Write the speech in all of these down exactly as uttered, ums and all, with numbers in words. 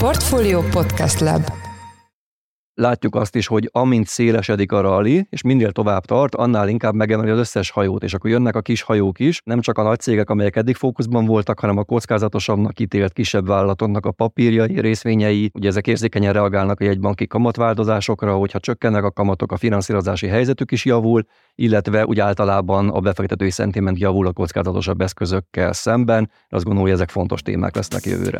Portfolio Podcast Lab. Látjuk azt is, hogy amint szélesedik a rally, és minél tovább tart, annál inkább megemeli az összes hajót, és akkor jönnek a kis hajók is, nem csak a nagy cégek, amelyek eddig fókuszban voltak, hanem a kockázatosabbnak ítélt kisebb vállalatoknak a papírjai, részvényei, ugye ezek érzékenyen reagálnak a jegybanki kamatváltozásokra, hogyha csökkennek a kamatok, a finanszírozási helyzetük is javul, illetve úgy általában a befektetői szentiment javul a kockázatosabb eszközökkel szemben. Azt gondolom, hogy ezek fontos témák lesznek jövőre.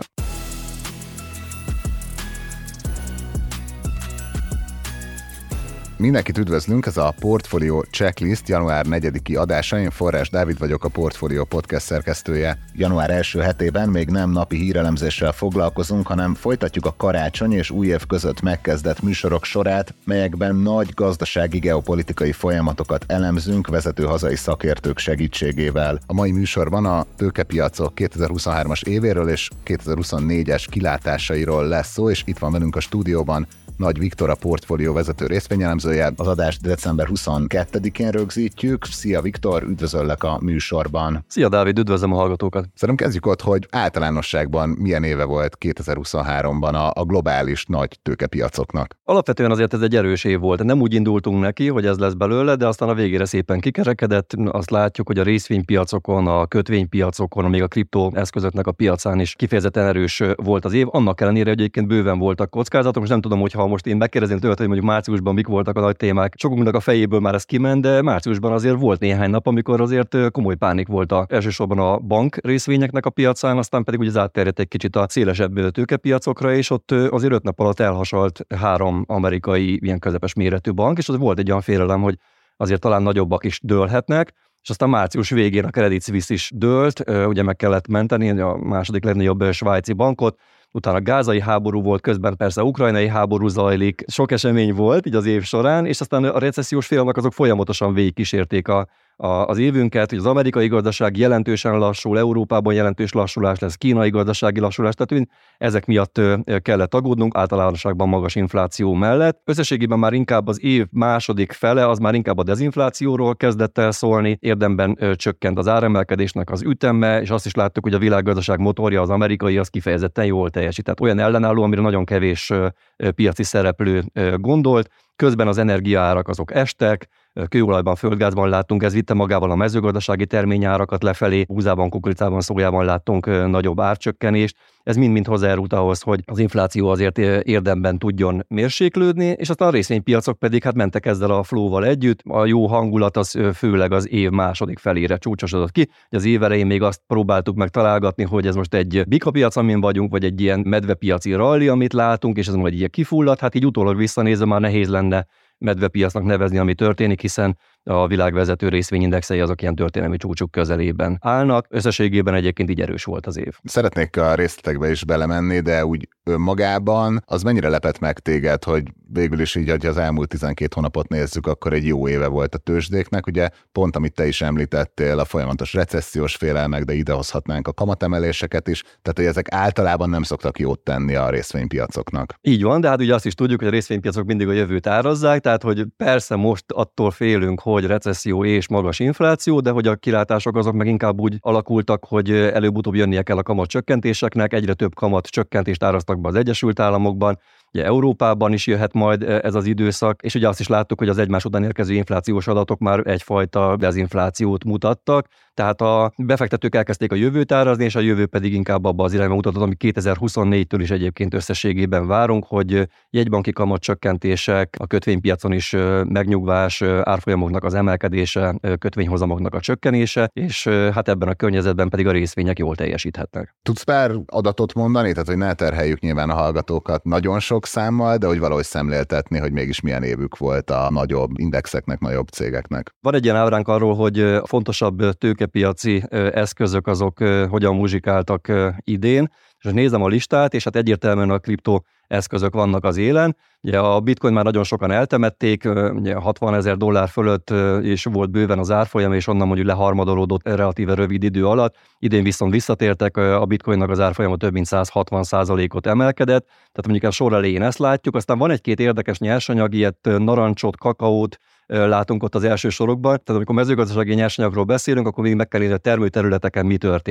Mindenkit üdvözlünk, ez a Portfolio Checklist január negyediki adása. Én Forrás Dávid vagyok, a Portfolio Podcast szerkesztője. Január első hetében még nem napi hírelemzéssel foglalkozunk, hanem folytatjuk a karácsony és új év között megkezdett műsorok sorát, melyekben nagy gazdasági geopolitikai folyamatokat elemzünk vezető hazai szakértők segítségével. A mai műsorban a tőkepiacok kétezer-huszonhármas évéről és kétezer-huszonnégyes kilátásairól lesz szó, és itt van velünk a stúdióban Nagy Viktor, a Portfolio vezető részvényelemzője. Az adást december huszonkettedikén rögzítjük. Szia Viktor, üdvözöllek a műsorban. Szia Dávid, üdvözlöm a hallgatókat. Szerintem kezdjük ott, hogy általánosságban milyen éve volt kétezer-huszonháromban a, a globális nagy tőkepiacoknak. Alapvetően azért ez egy erős év volt. Nem úgy indultunk neki, hogy ez lesz belőle, de aztán a végére szépen kikerekedett. Azt látjuk, hogy a részvénypiacokon, a kötvénypiacokon, még a kriptoeszközöknek a piacán is kifejezetten erős volt az év. Annak ellenére, hogy egyébként bőven voltak kockázatok. Most nem tudom, hogy ha most én megkérdezem tőled, hogy mondjuk márciusban mik voltak a nagy témák, sokunknak a fejéből már ez kiment, de márciusban azért volt néhány nap, amikor azért komoly pánik volt a, elsősorban a bank részvényeknek a piacán, aztán pedig ugye az átterjedt egy kicsit a szélesebb tőkepiacokra, és ott azért öt nap alatt elhasalt három amerikai ilyen közepes méretű bank, és az volt egy olyan félelem, hogy azért talán nagyobbak is dőlhetnek, és aztán március végén a Credit Suisse is dőlt, ugye meg kellett menteni a második legnagyobb svájci bankot, utána gázai háború volt, közben persze ukrajnai háború zajlik, sok esemény volt így az év során, és aztán a recessziós félelmek azok folyamatosan végigkísérték a, a, az évünket, hogy az amerikai gazdaság jelentősen lassul, Európában jelentős lassulás lesz, kínai gazdasági lassulás, tehát ezek miatt kellett aggódnunk, általánosságban magas infláció mellett. Összességében már inkább az év második fele, az már inkább a dezinflációról kezdett el szólni, érdemben ö, csökkent az áremelkedésnek az üteme, és azt is láttuk, hogy a világgazdaság motorja, az amerikai, az kifejezetten jól teljesít. Tehát olyan ellenálló, amire nagyon kevés ö, ö, piaci szereplő ö, gondolt. Közben az energiaárak azok estek, kőolajban, földgázban láttunk, ez vitte magával a mezőgazdasági terményárakat lefelé, húzában, kukoricában, szójában láttunk nagyobb árcsökkenést. Ez mind-mind hozzájárult ahhoz, hogy az infláció azért érdemben tudjon mérséklődni, és aztán a részvénypiacok pedig hát mentek ezzel a flowval együtt. A jó hangulat az főleg az év második felére csúcsosodott ki. Az év elején még azt próbáltuk meg találgatni, hogy ez most egy bikapiac, amin vagyunk, vagy egy ilyen medvepiaci rally, amit látunk, és ez majd ilyen kifulladt. Hát így utólag visszanézve már nehéz lenne medvepiacnak nevezni, ami történik, hiszen a világvezető részvényindexei azok ilyen történelmi csúcsuk közelében állnak. Összességében egyébként így erős volt az év. Szeretnék a részletekbe is belemenni, de úgy önmagában az mennyire lepett meg téged, hogy végül is így, hogy az elmúlt tizenkét hónapot nézzük, akkor egy jó éve volt a tőzsdéknek. Ugye pont, amit te is említettél, a folyamatos recessziós félelmek, de idehozhatnánk a kamatemeléseket is, tehát hogy ezek általában nem szoktak jót tenni a részvénypiacoknak. Így van, de hát ugye azt is tudjuk, hogy a részvénypiacok mindig a jövőt árazzák, tehát hogy persze most attól félünk, hogy recesszió és magas infláció, de hogy a kilátások azok meg inkább úgy alakultak, hogy előbb-utóbb jönnie kell a kamat csökkentéseknek, egyre több kamat csökkentést áraztak be az Egyesült Államokban, ugye Európában is jöhet majd ez az időszak, és ugye azt is láttuk, hogy az egymás után érkező inflációs adatok már egyfajta dezinflációt mutattak, tehát a befektetők elkezdték a jövőt árazni, és a jövő pedig inkább abba az irányba mutatott, ami kétezer-huszonnégytől is egyébként összességében várunk, hogy jegybanki kamatcsökkentések, a kötvénypiacon is megnyugvás, árfolyamoknak az emelkedése, kötvényhozamoknak a csökkenése, és hát ebben a környezetben pedig a részvények jól teljesíthetnek. Tudsz pár adatot mondani, tehát hogy ne terheljük nyilván a hallgatókat nagyon sok számmal, de hogy valahogy szemléltetni, hogy mégis milyen évük volt a nagyobb indexeknek, nagyobb cégeknek. Van egy ilyen ábránk arról, hogy a fontosabb tőkepiaci eszközök azok hogyan muzsikáltak idén, és nézem a listát, és hát egyértelműen a kripto eszközök vannak az élen. Ugye a bitcoin már nagyon sokan eltemették, ugye hatvanezer dollár fölött és volt bőven az árfolyam, és onnan mondjuk leharmadolódott relatíve rövid idő alatt. Idén viszont visszatértek, a bitcoinnak az árfolyama több mint száz hatvan százalékot emelkedett, tehát mondjuk a sor elején ezt látjuk. Aztán van egy-két érdekes nyersanyag, ilyet narancsot, kakaót látunk ott az első sorokban. Tehát amikor mezőgazdasági nyersanyagról beszélünk, akkor még meg kell nézni, a termőterületeken mi történik.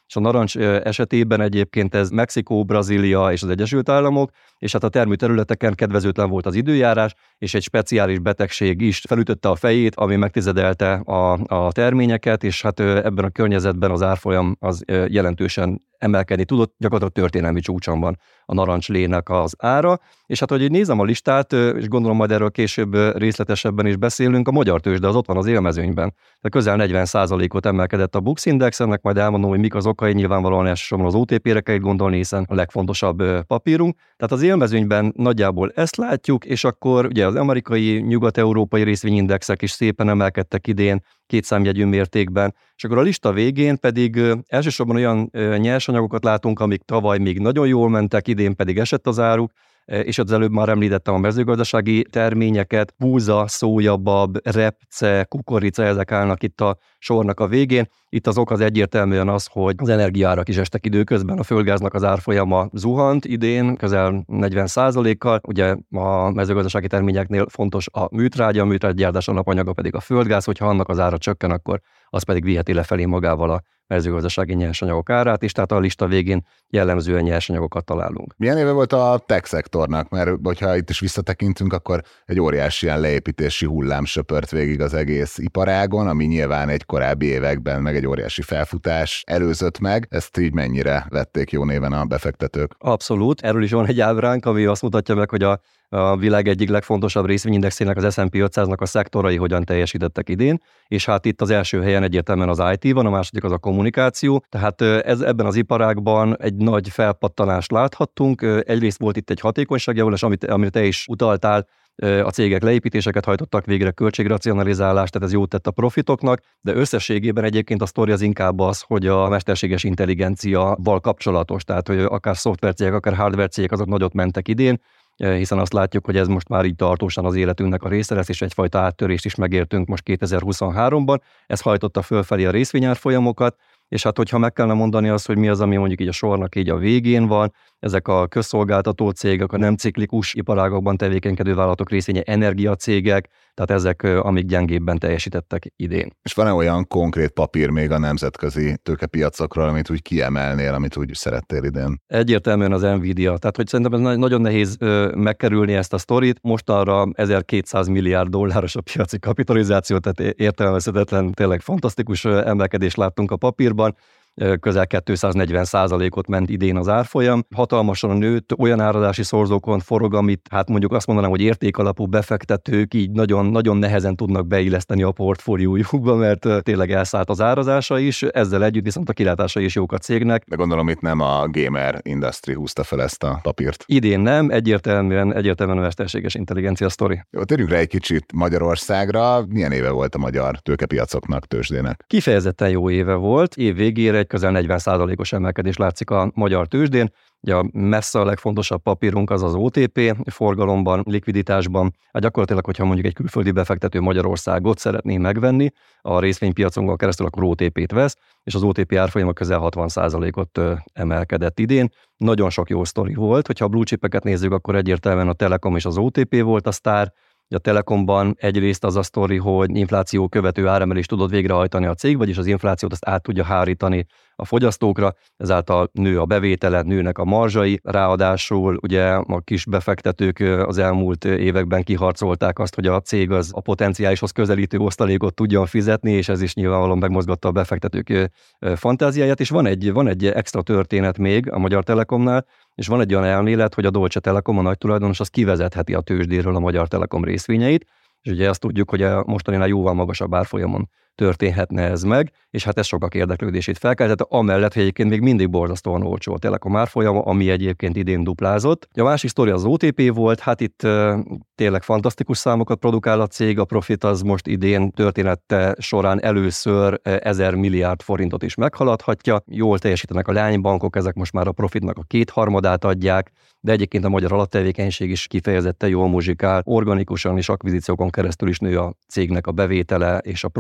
és a narancs esetében egyébként ez Mexikó, Brazília és az Egyesült Államok, és hát a termőterületeken kedvezőtlen volt az időjárás, és egy speciális betegség is felütötte a fejét, ami megtizedelte a, a terményeket, és hát ebben a környezetben az árfolyam az jelentősen emelkedni tudott, gyakorlatilag történelmi csúcson van a narancslének az ára, és hát, hogy így nézem a listát, és gondolom majd erről később részletesebben is beszélünk, a magyar tőzsde az ott van az élmezőnyben. Tehát közel negyven százalékot emelkedett a Bux Index, ennek majd elmondom, hogy mik az okai, nyilvánvalóan elsősorban az o té pére kell gondolni, hiszen a legfontosabb papírunk. Tehát az élmezőnyben nagyjából ezt látjuk, és akkor ugye az amerikai, nyugat-európai részvényindexek is szépen emelkedtek idén, két számjegyű mértékben, és akkor a lista végén pedig elsősorban olyan nyersanyagokat látunk, amik tavaly még nagyon jól mentek, idén pedig esett az áruk, és az előbb már említettem a mezőgazdasági terményeket, búza, szójabab, repce, kukorica, ezek állnak itt a sornak a végén. Itt az ok az egyértelműen az, hogy az energiaárak is estek időközben, a földgáznak az árfolyama zuhant idén, közel negyven százalékkal, ugye a mezőgazdasági terményeknél fontos a műtrágya, a műtrágygyártás alapanyaga pedig a földgáz, hogyha annak az ára csökken, akkor az pedig viheti lefelé magával a mezőgazdasági nyersanyagok árát, és tehát a lista végén jellemzően nyersanyagokat találunk. Milyen éve volt a tech szektornak? Mert hogyha itt is visszatekintünk, akkor egy óriási ilyen leépítési hullám söpört végig az egész iparágon, ami nyilván egy korábbi években meg egy óriási felfutás előzött meg. Ezt így mennyire vették jó néven a befektetők? Abszolút. Erről is van egy ábránk, ami azt mutatja meg, hogy a a világ egyik legfontosabb részvényindexének, az es and pé ötszáznak a szektorai hogyan teljesítettek idén, és hát itt az első helyen egyértelműen az i té van, a második az a kommunikáció, tehát ez, ebben az iparágban egy nagy felpattanást láthattunk. Egyrészt volt itt egy hatékonyságjavulás, amit, amit te is utaltál, a cégek leépítéseket hajtottak végre, költségracionalizálást, tehát ez jót tett a profitoknak, de összességében egyébként a sztori az inkább az, hogy a mesterséges intelligenciával kapcsolatos, tehát hogy akár szoftvercégek, akár hardware-cégek azok nagyot mentek idén, hiszen azt látjuk, hogy ez most már így tartósan az életünknek a része lesz, és egyfajta áttörést is megértünk most kétezer-huszonháromban. Ez hajtotta fölfelé a részvényárfolyamokat, és hát hogyha meg kellene mondani azt, hogy mi az, ami mondjuk így a sornak így a végén van, ezek a közszolgáltató cégek, a nem ciklikus iparágokban tevékenykedő vállalatok részvénye, energiacégek, tehát ezek, amik gyengébben teljesítettek idén. És van-e olyan konkrét papír még a nemzetközi tőkepiacokról, amit úgy kiemelnél, amit úgy szerettél idén? Egyértelműen az Nvidia. Tehát, hogy szerintem ez nagyon nehéz megkerülni ezt a sztorit. Mostanra ezerkétszáz milliárd dolláros a piaci kapitalizáció, tehát értelmezhetetlen, tényleg fantasztikus emelkedést láttunk a papírban. Közel kétszáznegyven százalékot ment idén az árfolyam. Hatalmasan nőtt, olyan árazási szorzókon forog, amit hát mondjuk azt mondanám, hogy értékalapú befektetők így nagyon, nagyon nehezen tudnak beilleszteni a portfóliójukba, mert tényleg elszállt az árazása is, ezzel együtt viszont a kilátásai is jók a cégnek. De gondolom itt nem a gamer industry húzta fel ezt a papírt. Idén nem, egyértelműen, egyértelműen a mesterséges intelligencia sztori. Jó, térjünk rá egy kicsit Magyarországra. Milyen éve volt a magyar tőkepiacoknak, tőzsdének? Kifejezetten jó éve volt, év végére közel negyven százalékos emelkedés látszik a magyar tőzsdén. Ugye a messze a legfontosabb papírunk az az o té pé forgalomban, likviditásban. Hát gyakorlatilag, hogyha mondjuk egy külföldi befektető Magyarországot szeretné megvenni, a részvénypiaconkon keresztül akkor o té pét vesz, és az o té pé árfolyama közel hatvan százalékot emelkedett idén. Nagyon sok jó sztori volt, hogyha a blue chipeket nézzük, akkor egyértelműen a Telekom és az o té pé volt a sztár. A Telekomban egyrészt az a sztori, hogy infláció követő áremelést tudott végrehajtani a cég, vagyis az inflációt azt át tudja hárítani a fogyasztókra, ezáltal nő a bevétele, nőnek a marzsai, ráadásul ugye a kis befektetők az elmúlt években kiharcolták azt, hogy a cég az a potenciálishoz közelítő osztalékot tudjon fizetni, és ez is nyilvánvalóan megmozgatta a befektetők fantáziáját, és van egy, van egy extra történet még a Magyar Telekomnál, és van egy olyan elmélet, hogy a Deutsche Telekom, a nagy tulajdonos, az kivezetheti a tőzsdéről a Magyar Telekom részvényeit, és ugye azt tudjuk, hogy a mostaninál jóval magasabb árfolyamon történhetne ez meg, és hát ez sokak érdeklődését felkeltette, amellett, hogy egyébként még mindig borzasztóan olcsó a Telekom árfolyama, ami egyébként idén duplázott. A másik sztori az o té pé volt, hát itt uh, tényleg fantasztikus számokat produkál a cég, a profit az most idén története során először ezer milliárd forintot is meghaladhatja, jól teljesítenek a leánybankok, ezek most már a profitnak a kétharmadát adják, de egyébként a magyar alaptevékenység is kifejezetten jól muzsikál, organikusan és akvizíciókon keresztül is nő a cégnek a bevétele és a profitja,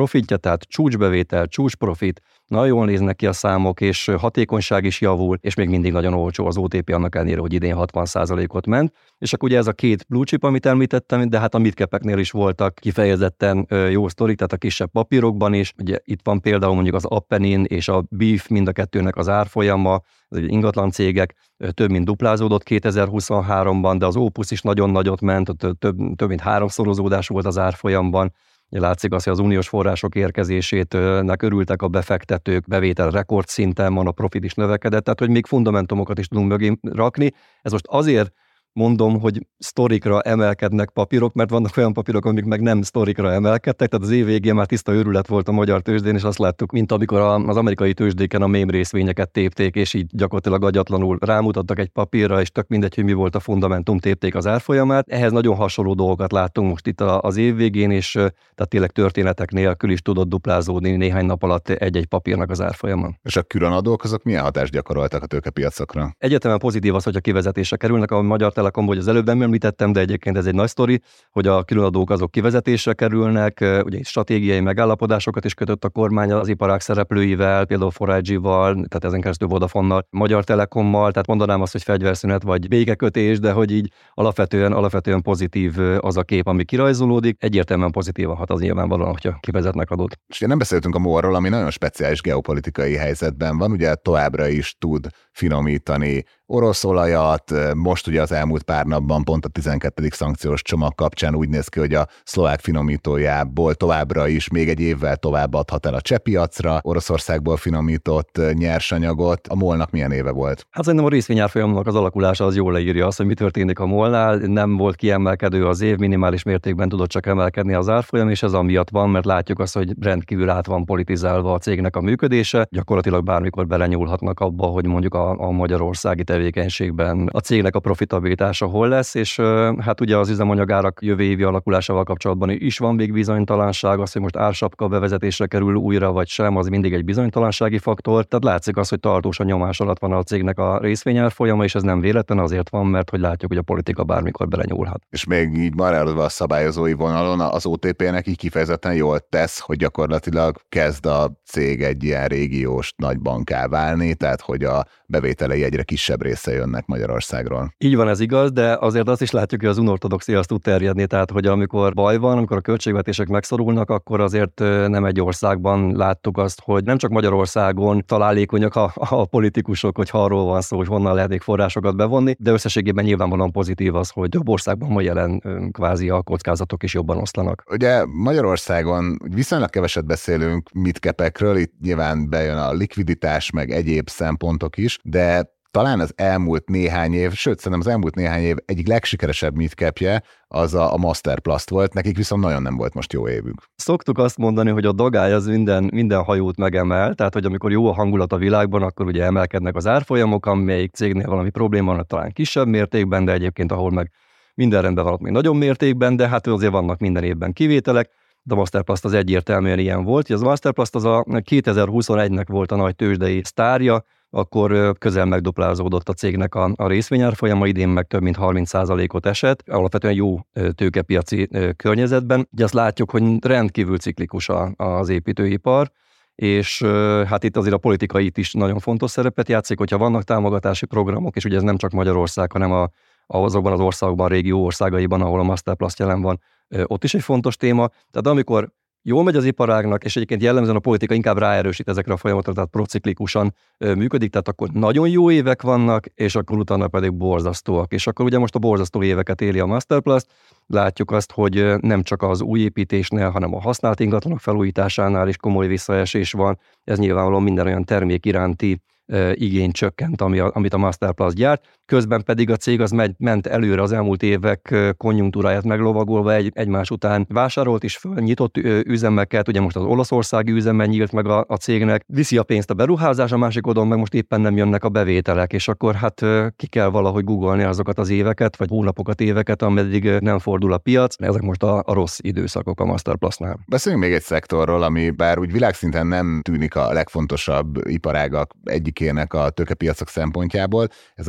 tehát csúcsbevétel, csúcsprofit, nagyon jól néznek ki a számok, és hatékonyság is javul, és még mindig nagyon olcsó az o té pé annak ellenére, hogy idén hatvan százalékot ment. És akkor ugye ez a két blue chip, amit említettem, de hát a midcapeknél is voltak kifejezetten jó sztorik, tehát a kisebb papírokban is. Ugye itt van például mondjuk az Appenin és a Beef, mind a kettőnek az árfolyama, az ingatlan cégek több mint duplázódott kétezer-huszonháromban, de az Opus is nagyon nagyot ment, több, több mint háromszorozódás volt az árfolyamban. Látszik az, hogy az uniós források érkezésétnek örültek a befektetők, bevétel rekordszinten van, a profit is növekedett, tehát hogy még fundamentumokat is tudunk mögé rakni. Ez most azért mondom, hogy sztorikra emelkednek papírok, mert vannak olyan papírok, amik meg nem sztorikra emelkedtek, tehát az év végén már tiszta őrület volt a magyar tőzsdén, és azt láttuk, mint amikor az amerikai tőzsdéken a mém részvényeket tépték, és így gyakorlatilag agyatlanul rámutattak egy papírra, és tök mindegy, hogy mi volt a fundamentum, tépték az árfolyamát. Ehhez nagyon hasonló dolgokat láttunk most itt az év végén, és tehát tényleg történetek nélkül is tudott duplázódni néhány nap alatt egy-egy papírnak az árfolyama. És a különadók azok milyen hatást gyakoroltak a tőkepiacokra? Egyetemen pozitív az, hogy a kivezetésre kerülnek, a Magyar Telekom, hogy az előbb nem említettem, de egyébként ez egy nagy sztori, hogy a különadók azok kivezetésre kerülnek, ugye stratégiai megállapodásokat is kötött a kormány az iparág szereplőivel, például four I G-val, tehát ezen keresztül Vodafonnal, Magyar Telekommal, tehát mondanám azt, hogy fegyverszünet vagy békekötés, de hogy így alapvetően, alapvetően pozitív az a kép, ami kirajzolódik, egyértelműen pozitívan hat az nyilvánvalóan, hogyha kivezetnek adót. És ugye nem beszéltünk a MOL-ról, ami nagyon speciális geopolitikai helyzetben van, ugye továbbra is tud finomítani orosz olajat, most ugye az elmúlt pár napban pont a tizenkettedik szankciós csomag kapcsán úgy néz ki, hogy a szlovák finomítójából továbbra is még egy évvel tovább adhat el a cseh piacra Oroszországból finomított nyersanyagot. A MOL-nak milyen éve volt? Hát szerintem a részvényárfolyamnak az alakulása az jól leírja azt, hogy mi történik a MOL-nál. Nem volt kiemelkedő az év, minimális mértékben tudott csak emelkedni az árfolyam, és ez amiatt van, mert látjuk azt, hogy rendkívül át van politizálva a cégnek a működése. Gyakorlatilag bármikor belenyúlhatnak abba, hogy mondjuk a, a magyarországi tevékenységben a cégnek a profitabilitása hol lesz, és hát ugye az üzemanyagárak jövő évi alakulásával kapcsolatban is van még bizonytalanság, az, hogy most ársapka bevezetésre kerül újra vagy sem, az mindig egy bizonytalansági faktor. Tehát látszik az, hogy tartósan nyomás alatt van a cégnek a részvényárfolyama, és ez nem véletlen, azért van, mert hogy látjuk, hogy a politika bármikor belenyúlhat. És még így maradva a szabályozói vonalon, az o té pé-nek így kifejezetten jól tesz, hogy gyakorlatilag kezd a cég egy ilyen régiós nagybanká válni, tehát hogy a bevételei egyre kisebb része jönnek Magyarországról. Így van, ez igaz, de azért azt is látjuk, hogy az unortodoxia az tud terjedni, tehát hogy amikor baj van, amikor a költségvetések megszorulnak, akkor azért nem egy országban láttuk azt, hogy nem csak Magyarországon találékonyak a, a politikusok, hogy arról van szó, hogy honnan lehet még forrásokat bevonni, de összességében nyilvánvalóan pozitív az, hogy több országban ma jelen kvázi a kockázatok is jobban oszlanak. Ugye Magyarországon viszonylag keveset beszélünk midcapekről, itt nyilván bejön a likviditás, meg egyéb szempontok is, de talán az elmúlt néhány év, sőt, szerintem az elmúlt néhány év egyik legsikeresebb midcapje az a, a Masterplast volt, nekik viszont nagyon nem volt most jó évük. Szoktuk azt mondani, hogy a dagály az minden, minden hajót megemel, tehát hogy amikor jó a hangulat a világban, akkor ugye emelkednek az árfolyamok, amelyik cégnél valami probléma van, talán kisebb mértékben, de egyébként ahol meg minden rendben van, ott még nagyobb mértékben, de hát azért vannak minden évben kivételek. De a Masterplast az egyértelműen ilyen volt. Az Masterplast az a kétezer-huszonegynek volt a nagy tőzsdei sztárja, akkor közel megduplázódott a cégnek a, a részvényárfolyama, idén meg több mint harminc százalékot esett, alapvetően jó tőkepiaci környezetben. Ugye azt látjuk, hogy rendkívül ciklikus az építőipar, és hát itt azért a politika itt is nagyon fontos szerepet játszik, hogyha vannak támogatási programok, és ugye ez nem csak Magyarország, hanem a, azokban az országokban, a régió országaiban, ahol a Masterplast jelen van, ott is egy fontos téma. Tehát amikor jól megy az iparágnak, és egyébként jellemzően a politika inkább ráerősít ezekre a folyamatokra, tehát prociklikusan működik, tehát akkor nagyon jó évek vannak, és akkor utána pedig borzasztóak. És akkor ugye most a borzasztó éveket éli a Masterplast, látjuk azt, hogy nem csak az új építésnél, hanem a használt ingatlanok felújításánál is komoly visszaesés van. Ez nyilvánvalóan minden olyan termék iránti igény csökkent, ami a, amit a Masterplast gyárt, közben pedig a cég az megy, ment előre az elmúlt évek konjunktúráját meglovagolva egy, egymás után vásárolt is föl, nyitott üzemeket, ugye most az olaszországi üzemben nyílt meg a, a cégnek, viszi a pénzt a beruházás, a másik oldalon meg most éppen nem jönnek a bevételek, és akkor hát ki kell valahogy googolni azokat az éveket, vagy hónapokat, éveket, ameddig nem fordul a piac. Ezek most a, a rossz időszakok a Masterplastnál. Beszéljünk még egy szektorról, ami bár úgy világszinten nem tűnik a legfontosabb iparágak egyikének a tőkepiacok szempontjából, ez a légi közlekedés.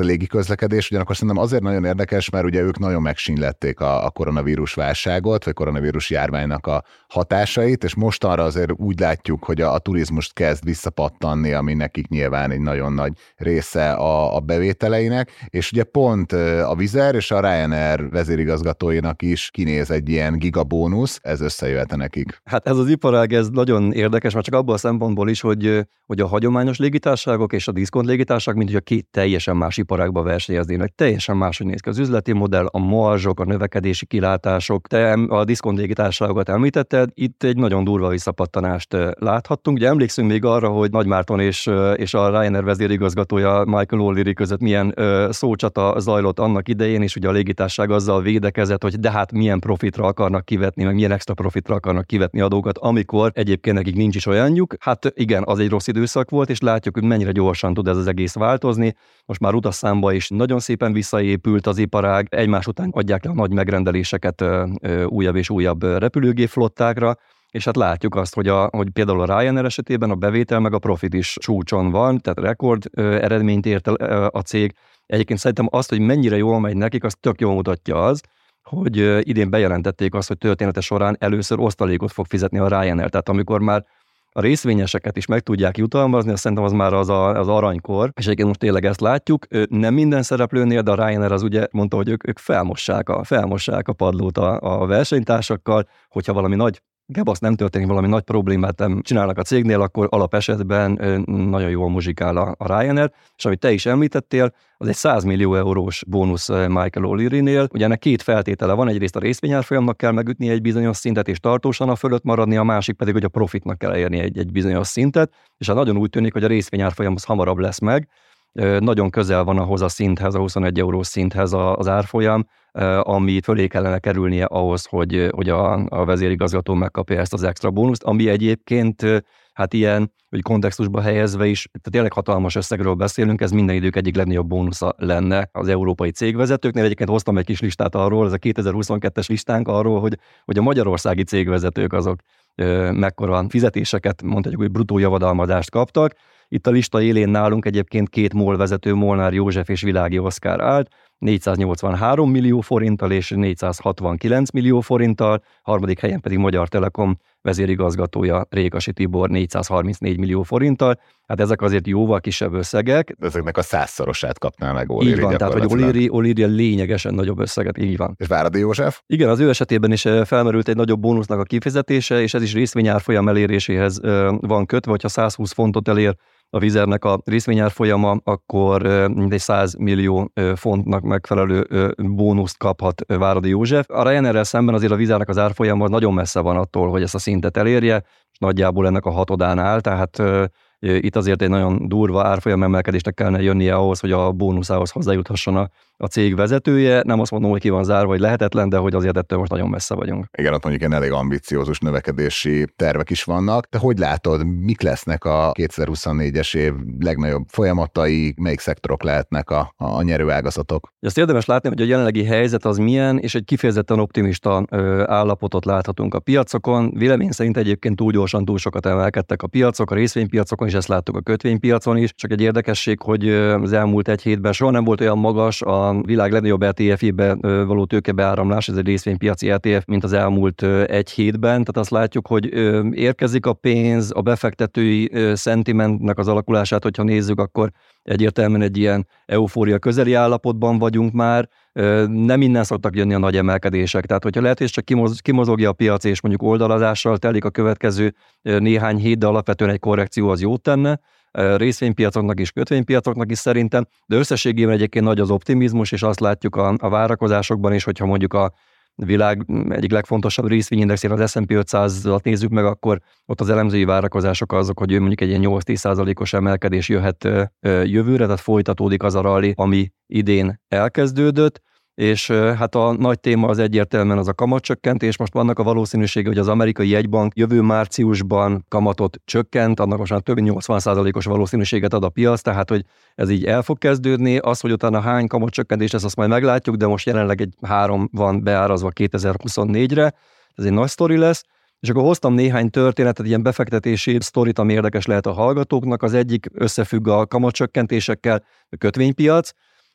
közlekedés, ugyanakkor szerintem azért nagyon érdekes, mert ugye ők nagyon megsínlették a, a koronavírus válságot, vagy koronavírus járványnak a hatásait, és mostanra azért úgy látjuk, hogy a, a turizmust kezd visszapattanni, ami nekik nyilván egy nagyon nagy része a, a bevételeinek, és ugye pont a Wizz Air és a Ryanair vezérigazgatóinak is kinéz egy ilyen gigabónusz, ez összejöhet nekik. Hát ez az iparág, ez nagyon érdekes, mert csak abból a szempontból is, hogy, hogy a hagyományos légitársaságok és a diszkont légitársaságok, mint hogy a két teljesen más iparágba versenyeznének. Teljesen máshogy néz ki az üzleti modell, a marzsok, a növekedési kilátások. Te a diszkont légitársaságokat említetted, itt egy nagyon durva visszapattanást láthattunk. Ugye emlékszünk még arra, hogy Nagy Márton és, és a Ryanair vezérigazgatója Michael O'Leary között milyen szócsata zajlott annak idején, és ugye a légitársaság azzal védekezett, hogy de hát milyen profitra akarnak kivetni, meg milyen extra profitra akarnak kivetni adókat, amikor egyébként nekik nincs is olyanjuk. Hát igen, az egy rossz időszak volt, és látjuk, hogy mennyire gyorsan tud ez az egész változni. Most már utasszámba is nagyon szépen visszaépült az iparág, egymás után adják le a nagy megrendeléseket újabb és újabb repülőgépflottákra, és hát látjuk azt, hogy, a, hogy például a Ryanair esetében a bevétel meg a profit is csúcson van, tehát rekord eredményt ért a cég. Egyébként szerintem azt, hogy mennyire jól megy nekik, az tök jól mutatja az, hogy idén bejelentették azt, hogy története során először osztalékot fog fizetni a Ryanair. Tehát amikor már a részvényeseket is meg tudják jutalmazni, azt szerintem az már az, a, az aranykor, és egyébként most tényleg ezt látjuk. Nem minden szereplőnél, de a Ryanair az ugye mondta, hogy ők, ők felmossák, a, felmossák a padlót a, a versenytársakkal, hogyha valami nagy gebasz nem történik, valami nagy problémát nem csinálnak a cégnél, akkor alapesetben nagyon jól muzsikál a, a Ryanair, és amit te is említettél, az egy száz millió eurós bónusz Michael O'Leary-nél. Ugye ennek két feltétele van, egyrészt a részvényárfolyamnak kell megütni egy bizonyos szintet, és tartósan a fölött maradni, a másik pedig, hogy a profitnak kell elérni egy, egy bizonyos szintet, és hát nagyon úgy tűnik, hogy a részvényárfolyam az hamarabb lesz meg, nagyon közel van ahhoz a szinthez, a huszonegy eurós szinthez az árfolyam, ami fölé kellene kerülnie ahhoz, hogy, hogy a, a vezérigazgató megkapja ezt az extra bónuszt, ami egyébként hát ilyen, hogy kontextusba helyezve is, tehát tényleg hatalmas összegről beszélünk, ez minden idők egyik legnagyobb bónusza lenne az európai cégvezetőknél. Egyébként hoztam egy kis listát arról, ez a kétezer-huszonkettes listánk arról, hogy, hogy a magyarországi cégvezetők azok ö, mekkora fizetéseket, mondhatjuk, hogy bruttó javadalmazást kaptak. Itt a lista élén nálunk egyébként két MOL vezető, Molnár József és Világi Oszkár állt, négyszáznyolcvanhárom millió forinttal és négyszázhatvankilenc millió forinttal, harmadik helyen pedig Magyar Telekom vezérigazgatója Rékasi Tibor négyszázharmincnégy millió forinttal. Hát ezek azért jóval kisebb összegek. Ezeknek a százszorosát kapná meg O'Leary. Így van, tehát hogy O'Leary, O'Leary lényegesen nagyobb összeget, így van. És Váradi József? Igen, az ő esetében is felmerült egy nagyobb bónusznak a kifizetése, és ez is részvényárfolyam eléréséhez van kötve, hogyha százhúsz fontot elér a Wizz Airnek a részvényárfolyama, akkor mindegy száz millió fontnak megfelelő bónuszt kaphat Váradi József. A Ryanairrel szemben azért a Wizz Airnek az árfolyama nagyon messze van attól, hogy ezt a szintet elérje, és nagyjából ennek a hatodán áll, tehát itt azért egy nagyon durva árfolyam emelkedésnek kellene jönnie ahhoz, hogy a bónuszához hozzájuthasson a, a cég vezetője. Nem azt mondom, hogy ki van zárva, vagy lehetetlen, de hogy azért ettől most nagyon messze vagyunk. Igen, ott mondjuk elég ambiciózus növekedési tervek is vannak. De hogy látod, mik lesznek a kétezer-huszonnégyes év legnagyobb folyamatai, melyik szektorok lehetnek a, a nyerőágazatok? Azt érdemes látni, hogy a jelenlegi helyzet az milyen, és egy kifejezetten optimista ö, állapotot láthatunk a piacokon. Vélemény szerint egyébként túl gyorsan túl sokat emelkedtek a piacok, a részvénypiacokon, és ezt láttuk a kötvénypiacon is. Csak egy érdekesség, hogy az elmúlt egy hétben soha nem volt olyan magas a világ legnagyobb é té ef-ébe való tőkebeáramlás, ez egy részvénypiaci é té ef, mint az elmúlt egy hétben. Tehát azt látjuk, hogy érkezik a pénz, a befektetői szentimentnek az alakulását, hogyha nézzük, akkor egyértelműen egy ilyen eufória közeli állapotban vagyunk már. Nem innen szoktak jönni a nagy emelkedések. Tehát, hogyha lehet, és csak kimozogja a piac, és mondjuk oldalazással telik a következő néhány hét, de alapvetően egy korrekció az jót tenne, részvénypiacoknak és kötvénypiacoknak is szerintem, de összességében egyébként nagy az optimizmus, és azt látjuk a, a várakozásokban is, hogyha mondjuk a világ egyik legfontosabb részvényindexén, az es and pé ötszázat nézzük meg, akkor ott az elemzői várakozások azok, hogy mondjuk egy ilyen nyolc-tíz százalékos emelkedés jöhet jövőre, tehát folytatódik az a rally, ami idén elkezdődött, és hát a nagy téma az egyértelműen az a kamatcsökkentés. Most vannak a valószínűsége, hogy az amerikai jegybank jövő márciusban kamatot csökkent, annak most már több mint nyolcvan százalékos valószínűséget ad a piac, tehát hogy ez így el fog kezdődni. Az, hogy utána hány kamatcsökkentés lesz, azt majd meglátjuk, de most jelenleg egy három van beárazva kétezer-huszonnégyre, ez egy nagy sztori lesz. És akkor hoztam néhány történetet, ilyen befektetési sztorit, ami érdekes lehet a hallgatóknak. Az egyik összefügg a kamatcsökkentésekkel, a kötvénypiac.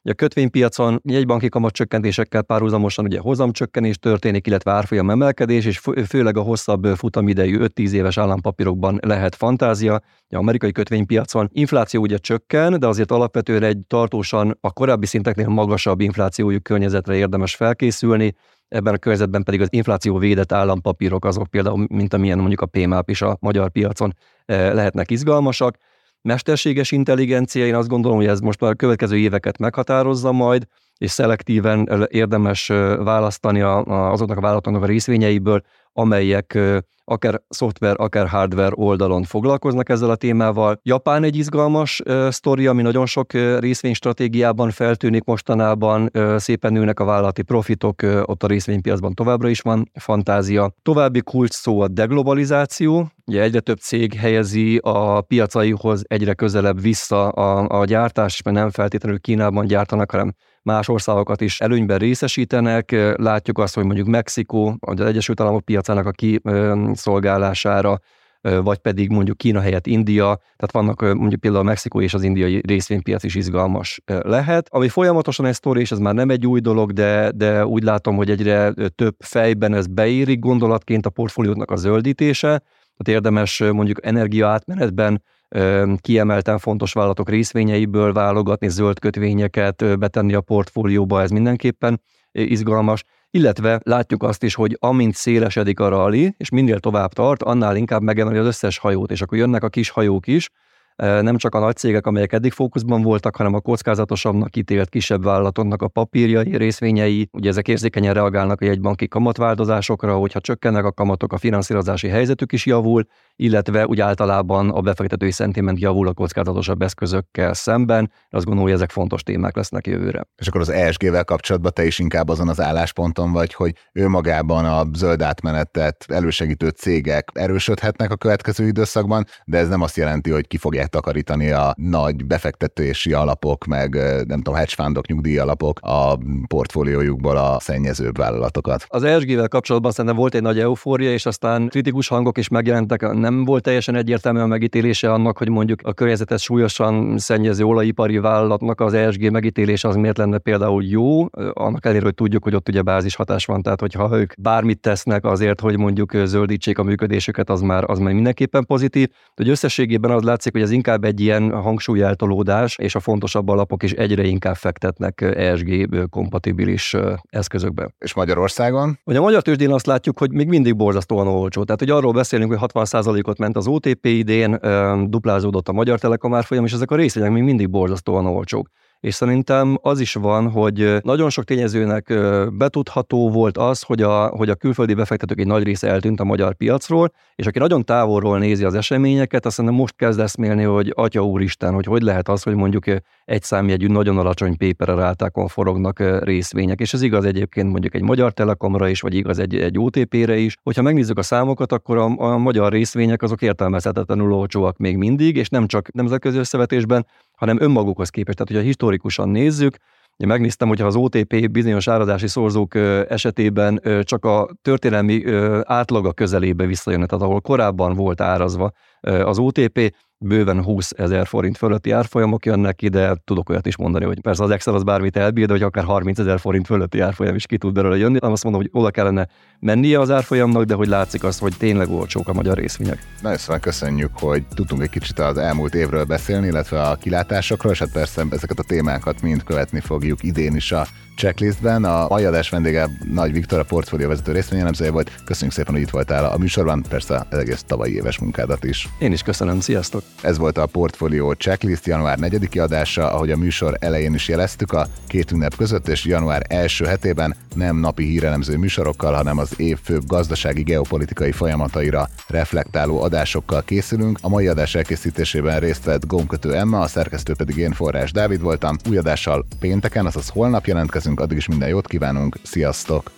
A kötvénypiacon jegybanki kamatcsökkentésekkel párhuzamosan ugye hozamcsökkenés történik, illetve árfolyam emelkedés, és főleg a hosszabb futamidejű öt-tíz éves állampapírokban lehet fantázia. Az amerikai kötvénypiacon infláció ugye csökken, de azért alapvetően egy tartósan a korábbi szinteknél magasabb inflációjú környezetre érdemes felkészülni. Ebben a környezetben pedig az infláció védett állampapírok azok például, mint amilyen mondjuk a pé em á pé is a magyar piacon lehetnek izgalmasak. Mesterséges intelligencia, én azt gondolom, hogy ez most már a következő éveket meghatározza majd, és szelektíven érdemes választani azoknak a vállalatoknak a részvényeiből, amelyek akár szoftver, akár hardware oldalon foglalkoznak ezzel a témával. Japán egy izgalmas sztori, ami nagyon sok részvénystratégiában feltűnik mostanában, szépen nőnek a vállalati profitok, ott a részvénypiacban továbbra is van fantázia. További kulcs szó a deglobalizáció, ugye egyre több cég helyezi a piacaihoz egyre közelebb vissza a, a gyártást, mert nem feltétlenül Kínában gyártanak, hanem más országokat is előnyben részesítenek. Látjuk azt, hogy mondjuk Mexikó, az Egyesült Államok piacának a kiszolgálására, vagy pedig mondjuk Kína helyett India, tehát vannak mondjuk például a Mexikó és az indiai részvénypiac is izgalmas lehet. Ami folyamatosan egy sztori, és ez már nem egy új dolog, de, de úgy látom, hogy egyre több fejben ez beérik gondolatként a portfólióknak a zöldítése, tehát érdemes mondjuk energia átmenetben kiemelten fontos vállalatok részvényeiből válogatni, zöld kötvényeket betenni a portfólióba, ez mindenképpen izgalmas, illetve látjuk azt is, hogy amint szélesedik a rally, és minél tovább tart, annál inkább megemeli az összes hajót, és akkor jönnek a kis hajók is, nem csak a nagy cégek, amelyek eddig fókuszban voltak, hanem a kockázatosabbnak ítélt kisebb vállalatoknak a papírjai, részvényei, ugye ezek érzékenyen reagálnak a jegybanki kamatváltozásokra, hogyha csökkennek a kamatok, a finanszírozási helyzetük is javul, illetve úgy általában a befektetői szentiment javul a kockázatosabb eszközökkel szemben. Azt gondolom, hogy ezek fontos témák lesznek jövőre. És akkor az é es gé-vel kapcsolatban te is inkább azon az állásponton vagy, hogy ő magában a zöld átmenetet elősegítő cégek erősödhetnek a következő időszakban, de ez nem azt jelenti, hogy ki fogják takarítani a nagy befektetési alapok, meg nem tudom, hedge fundok, nyugdíjalapok a portfóliójukból a szennyezőbb vállalatokat. Az é es gé-vel kapcsolatban szerintem volt egy nagy eufória, és aztán kritikus hangok is megjelentek. Nem volt teljesen egyértelmű a megítélése annak, hogy mondjuk a környezetet súlyosan szennyező olajipari vállalatnak az é es gé megítélése az miért lenne például jó, annak ellenére, hogy tudjuk, hogy ott ugye bázishatás van, tehát hogyha ők bármit tesznek azért, hogy mondjuk zöldítsék a működésüket, az már, az már mindenképpen pozitív. Hogy összességében az látszik, hogy ez inkább egy ilyen hangsúlyeltolódás, és a fontosabb alapok is egyre inkább fektetnek é es gé-kompatibilis eszközökbe. És Magyarországon? Ugye a magyar tőzsdén azt látjuk, hogy még mindig borzasztóan olcsó. Tehát, hogy arról beszélünk, hogy hatvan százalékot ment az o té pé idén, duplázódott a Magyar Telekom árfolyam, és ezek a részvények még mindig borzasztóan olcsók. És szerintem az is van, hogy nagyon sok tényezőnek betudható volt az, hogy a, hogy a külföldi befektetők egy nagy része eltűnt a magyar piacról, és aki nagyon távolról nézi az eseményeket, azt szerintem most kezd eszmélni, hogy atya úristen, hogy hogy lehet az, hogy mondjuk egy számjegyű, nagyon alacsony paper rátákon forognak részvények. És ez igaz egyébként mondjuk egy Magyar Telekomra is, vagy igaz egy, egy o té pére is. Hogyha megnézzük a számokat, akkor a, a magyar részvények azok értelmezhetetlenül olcsóak még mindig, és nem csak nemzetközi összevetésben, hanem önmagukhoz képest. Tehát, hogyha historikusan nézzük, én megnéztem, hogyha az o té pé bizonyos árazási szorzók esetében csak a történelmi átlaga közelébe visszajönne, tehát ahol korábban volt árazva az o té pé, bőven húszezer forint fölötti árfolyamok jönnek ide, tudok olyat is mondani, hogy persze az Excel az bármit elbír, de hogy akár harmincezer forint fölötti árfolyam is ki tud belőle jönni. Nem azt mondom, hogy oda kellene mennie az árfolyamnak, de hogy látszik az, hogy tényleg olcsók a magyar részvények. Nagyon szépen köszönjük, hogy tudtunk egy kicsit az elmúlt évről beszélni, illetve a kilátásokról, és hát persze ezeket a témákat mind követni fogjuk idén is a checklistben. A mai adás vendége Nagy Viktor, a portfólió vezető részvényelemzője volt. Köszönjük szépen, hogy itt voltál a műsorban, persze az egész tavalyi éves munkádat is. Én is köszönöm, sziasztok! Ez volt a Portfólió Checklist január negyediki adása, ahogy a műsor elején is jeleztük, a két ünnep között és január első hetében nem napi hírelemző műsorokkal, hanem az év főbb gazdasági geopolitikai folyamataira reflektáló adásokkal készülünk. A mai adás elkészítésében részt vett Gombkötő Emma, a szerkesztő pedig én, Forrás Dávid voltam. Új adással pénteken, azaz holnap jelentkezünk, addig is minden jót kívánunk, sziasztok!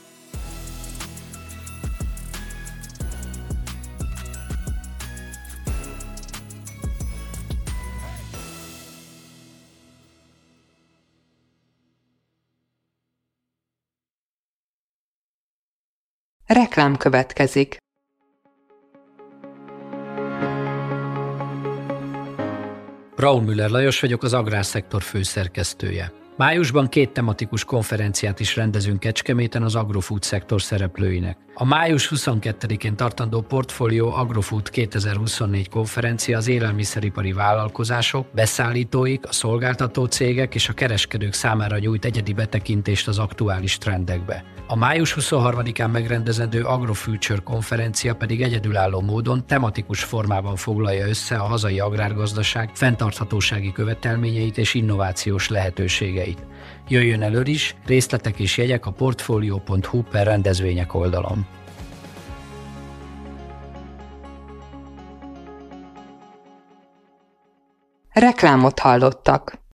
Reklám következik. Braun Müller Lajos vagyok, az Agrárszektor főszerkesztője. Májusban két tematikus konferenciát is rendezünk Kecskeméten az agrofood szektor szereplőinek. A május huszonkettedikén tartandó Portfolio Agrofood kétezer-huszonnégy konferencia az élelmiszeripari vállalkozások, beszállítóik, a szolgáltató cégek és a kereskedők számára nyújt egyedi betekintést az aktuális trendekbe. A május huszonharmadikán megrendezendő AgroFuture konferencia pedig egyedülálló módon tematikus formában foglalja össze a hazai agrárgazdaság fenntarthatósági követelményeit és innovációs lehetőségeit. Jöjjön elő is, részletek és jegyek a portfolio pont hu per rendezvények oldalon. Reklámot hallottak.